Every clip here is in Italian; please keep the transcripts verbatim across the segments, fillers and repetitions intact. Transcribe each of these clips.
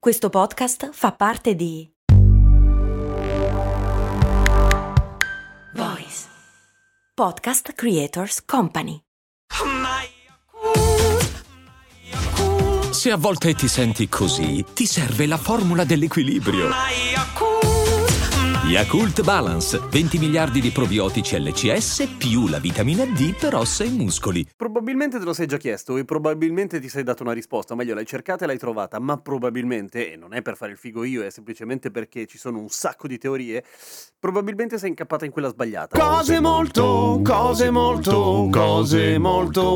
Questo podcast fa parte di Voice Podcast Creators Company. Se a volte ti senti così, ti serve la formula dell'equilibrio. Yakult Balance, venti miliardi di probiotici L C S più la vitamina D per ossa e muscoli. Probabilmente te lo sei già chiesto e probabilmente ti sei dato una risposta, o meglio l'hai cercata e l'hai trovata, ma probabilmente, e non è per fare il figo io, è semplicemente perché ci sono un sacco di teorie, probabilmente sei incappata in quella sbagliata. Cose molto, cose molto, cose molto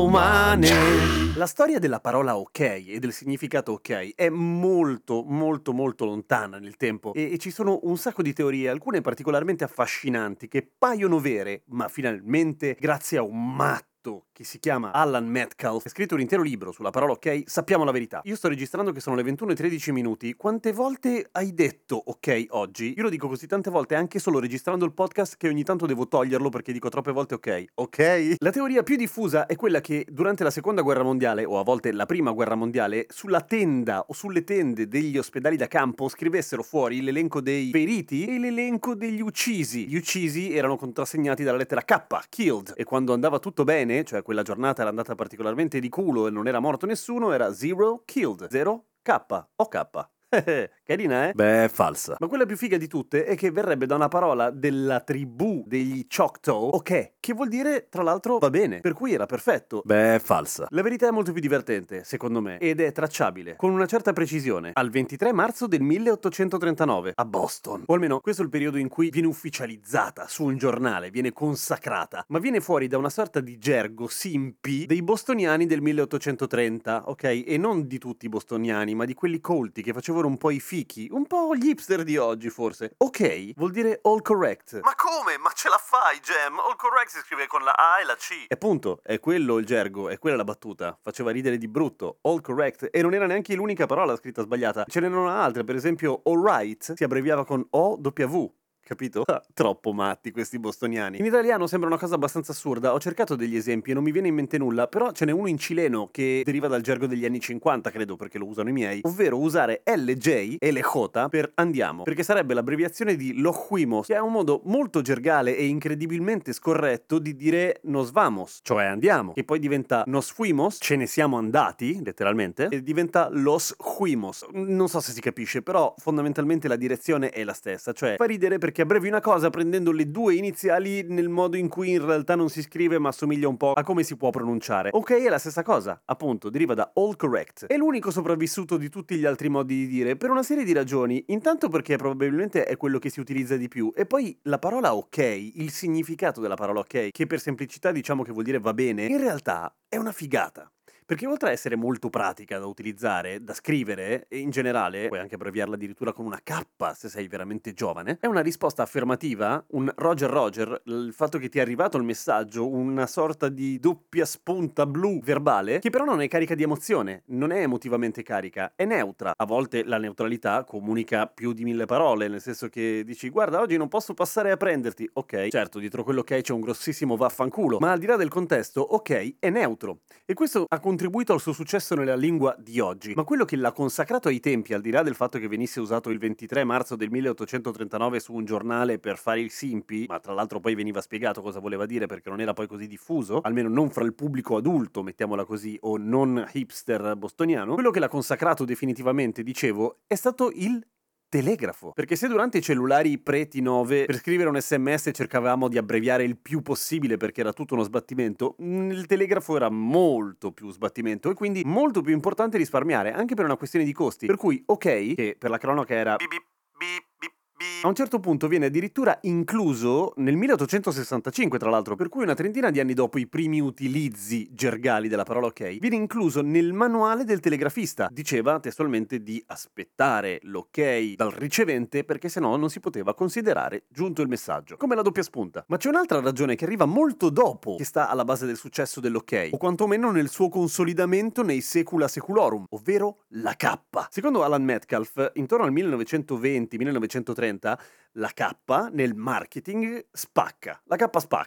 umane. La storia della parola ok e del significato ok è molto, molto, molto lontana nel tempo e, e ci sono un sacco di teorie, alcune particolarmente affascinanti, che paiono vere, ma finalmente, grazie a un matto che si chiama Alan Metcalf, ha scritto un intero libro sulla parola ok, sappiamo la verità. Io sto registrando che sono le ventuno e tredici minuti. Quante volte hai detto ok oggi? Io lo dico così tante volte anche solo registrando il podcast che ogni tanto devo toglierlo perché dico troppe volte ok. Ok? La teoria più diffusa è quella che durante la seconda guerra mondiale, o a volte la prima guerra mondiale, sulla tenda o sulle tende degli ospedali da campo scrivessero fuori l'elenco dei feriti e l'elenco degli uccisi. Gli uccisi erano contrassegnati dalla lettera K, killed, e quando andava tutto bene, cioè quella giornata era andata particolarmente di culo e non era morto nessuno, era zero killed, zero K o K. Carina, eh? Beh, è falsa. Ma quella più figa di tutte è che verrebbe da una parola della tribù degli Choctaw, ok, che vuol dire, tra l'altro, va bene, per cui era perfetto. Beh, è falsa. La verità è molto più divertente, secondo me, ed è tracciabile, con una certa precisione, al ventitré marzo del milleottocentotrentanove, a Boston. O almeno, questo è il periodo in cui viene ufficializzata su un giornale, viene consacrata, ma viene fuori da una sorta di gergo simpi dei bostoniani del milleottocentotrenta, ok? E non di tutti i bostoniani, ma di quelli colti che facevano un po' i fichi, un po' gli hipster di oggi forse. Ok vuol dire all correct. Ma come? Ma ce la fai, Gem? All correct si scrive con la A e la C. E appunto, è quello il gergo, è quella la battuta. Faceva ridere di brutto. All correct. E non era neanche l'unica parola scritta sbagliata. Ce n'erano altre, per esempio all right si abbreviava con O W. Capito? Ah, troppo matti questi bostoniani. In italiano sembra una cosa abbastanza assurda. Ho cercato degli esempi e non mi viene in mente nulla, però ce n'è uno in cileno che deriva dal gergo degli anni cinquanta, credo, perché lo usano i miei, ovvero usare L J e L J per andiamo, perché sarebbe l'abbreviazione di Los Fuimos, che è un modo molto gergale e incredibilmente scorretto di dire nos vamos, cioè andiamo, che poi diventa nos fuimos, ce ne siamo andati, letteralmente, e diventa los fuimos. Non so se si capisce, però fondamentalmente la direzione è la stessa, cioè fa ridere perché che abbrevi una cosa prendendo le due iniziali nel modo in cui in realtà non si scrive ma assomiglia un po' a come si può pronunciare. Ok, è la stessa cosa, appunto, deriva da all correct. È l'unico sopravvissuto di tutti gli altri modi di dire per una serie di ragioni. Intanto perché probabilmente è quello che si utilizza di più e poi la parola ok, il significato della parola ok, che per semplicità diciamo che vuol dire va bene, in realtà è una figata. Perché oltre a essere molto pratica da utilizzare, da scrivere, e in generale, puoi anche abbreviarla addirittura con una K se sei veramente giovane, è una risposta affermativa, un Roger Roger, il fatto che ti è arrivato il messaggio, una sorta di doppia spunta blu verbale, che però non è carica di emozione, non è emotivamente carica, è neutra. A volte la neutralità comunica più di mille parole, nel senso che dici guarda oggi non posso passare a prenderti, ok, certo dietro quello ok c'è un grossissimo vaffanculo, ma al di là del contesto, ok è neutro. E questo ha contribuito al suo successo nella lingua di oggi, ma quello che l'ha consacrato ai tempi, al di là del fatto che venisse usato il ventitré marzo del milleottocentotrentanove su un giornale per fare il simpi, ma tra l'altro poi veniva spiegato cosa voleva dire perché non era poi così diffuso, almeno non fra il pubblico adulto, mettiamola così, o non hipster bostoniano, quello che l'ha consacrato definitivamente, dicevo, è stato il telegrafo. Perché se durante i cellulari pre-T nove per scrivere un sms cercavamo di abbreviare il più possibile perché era tutto uno sbattimento, il telegrafo era molto più sbattimento e quindi molto più importante risparmiare, anche per una questione di costi. Per cui ok, che per la cronaca era bip bip bip bip bip, a un certo punto viene addirittura incluso nel milleottocentosessantacinque, tra l'altro, per cui una trentina di anni dopo i primi utilizzi gergali della parola ok, viene incluso nel manuale del telegrafista. Diceva testualmente di aspettare l'ok dal ricevente perché sennò non si poteva considerare giunto il messaggio. Come la doppia spunta. Ma c'è un'altra ragione che arriva molto dopo che sta alla base del successo dell'ok, o quantomeno nel suo consolidamento nei secula seculorum, ovvero la K. Secondo Alan Metcalf, intorno al millenovecentoventi millenovecentotrenta, la K nel marketing spacca. La K spacca.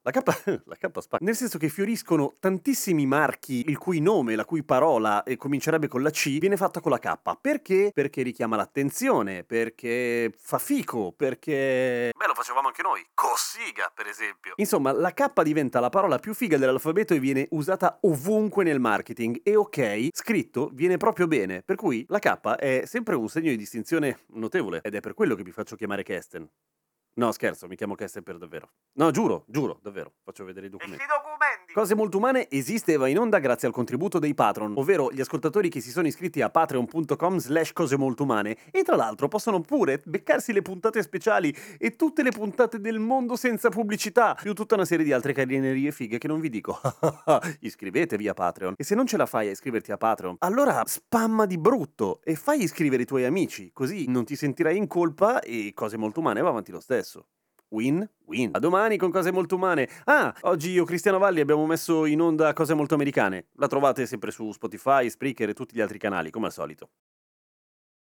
La K, la K spacca. Nel senso che fioriscono tantissimi marchi il cui nome, la cui parola eh, comincerebbe con la C, viene fatta con la K. Perché? Perché richiama l'attenzione, perché fa fico, perché... Beh, lo facevamo anche noi. Cossiga, per esempio. Insomma, la K diventa la parola più figa dell'alfabeto e viene usata ovunque nel marketing. E ok, scritto viene proprio bene. Per cui la K è sempre un segno di distinzione notevole. Ed è per quello che mi faccio chiamare Kesten. No, scherzo, mi chiamo Kesten per davvero. No, giuro, giuro, davvero. Faccio vedere i documenti. Cose Molto Umane esiste e va in onda grazie al contributo dei patron, ovvero gli ascoltatori che si sono iscritti a patreon punto com slash cose molto umane e tra l'altro possono pure beccarsi le puntate speciali e tutte le puntate del mondo senza pubblicità, più tutta una serie di altre carinerie fighe che non vi dico. Iscrivetevi a Patreon e se non ce la fai a iscriverti a Patreon, allora spamma di brutto e fai iscrivere i tuoi amici, così non ti sentirai in colpa e Cose Molto Umane va avanti lo stesso. Win, win. A domani con Cose Molto Umane. Ah, oggi io, Cristiano Valli, abbiamo messo in onda Cose Molto Americane. La trovate sempre su Spotify, Spreaker e tutti gli altri canali, come al solito.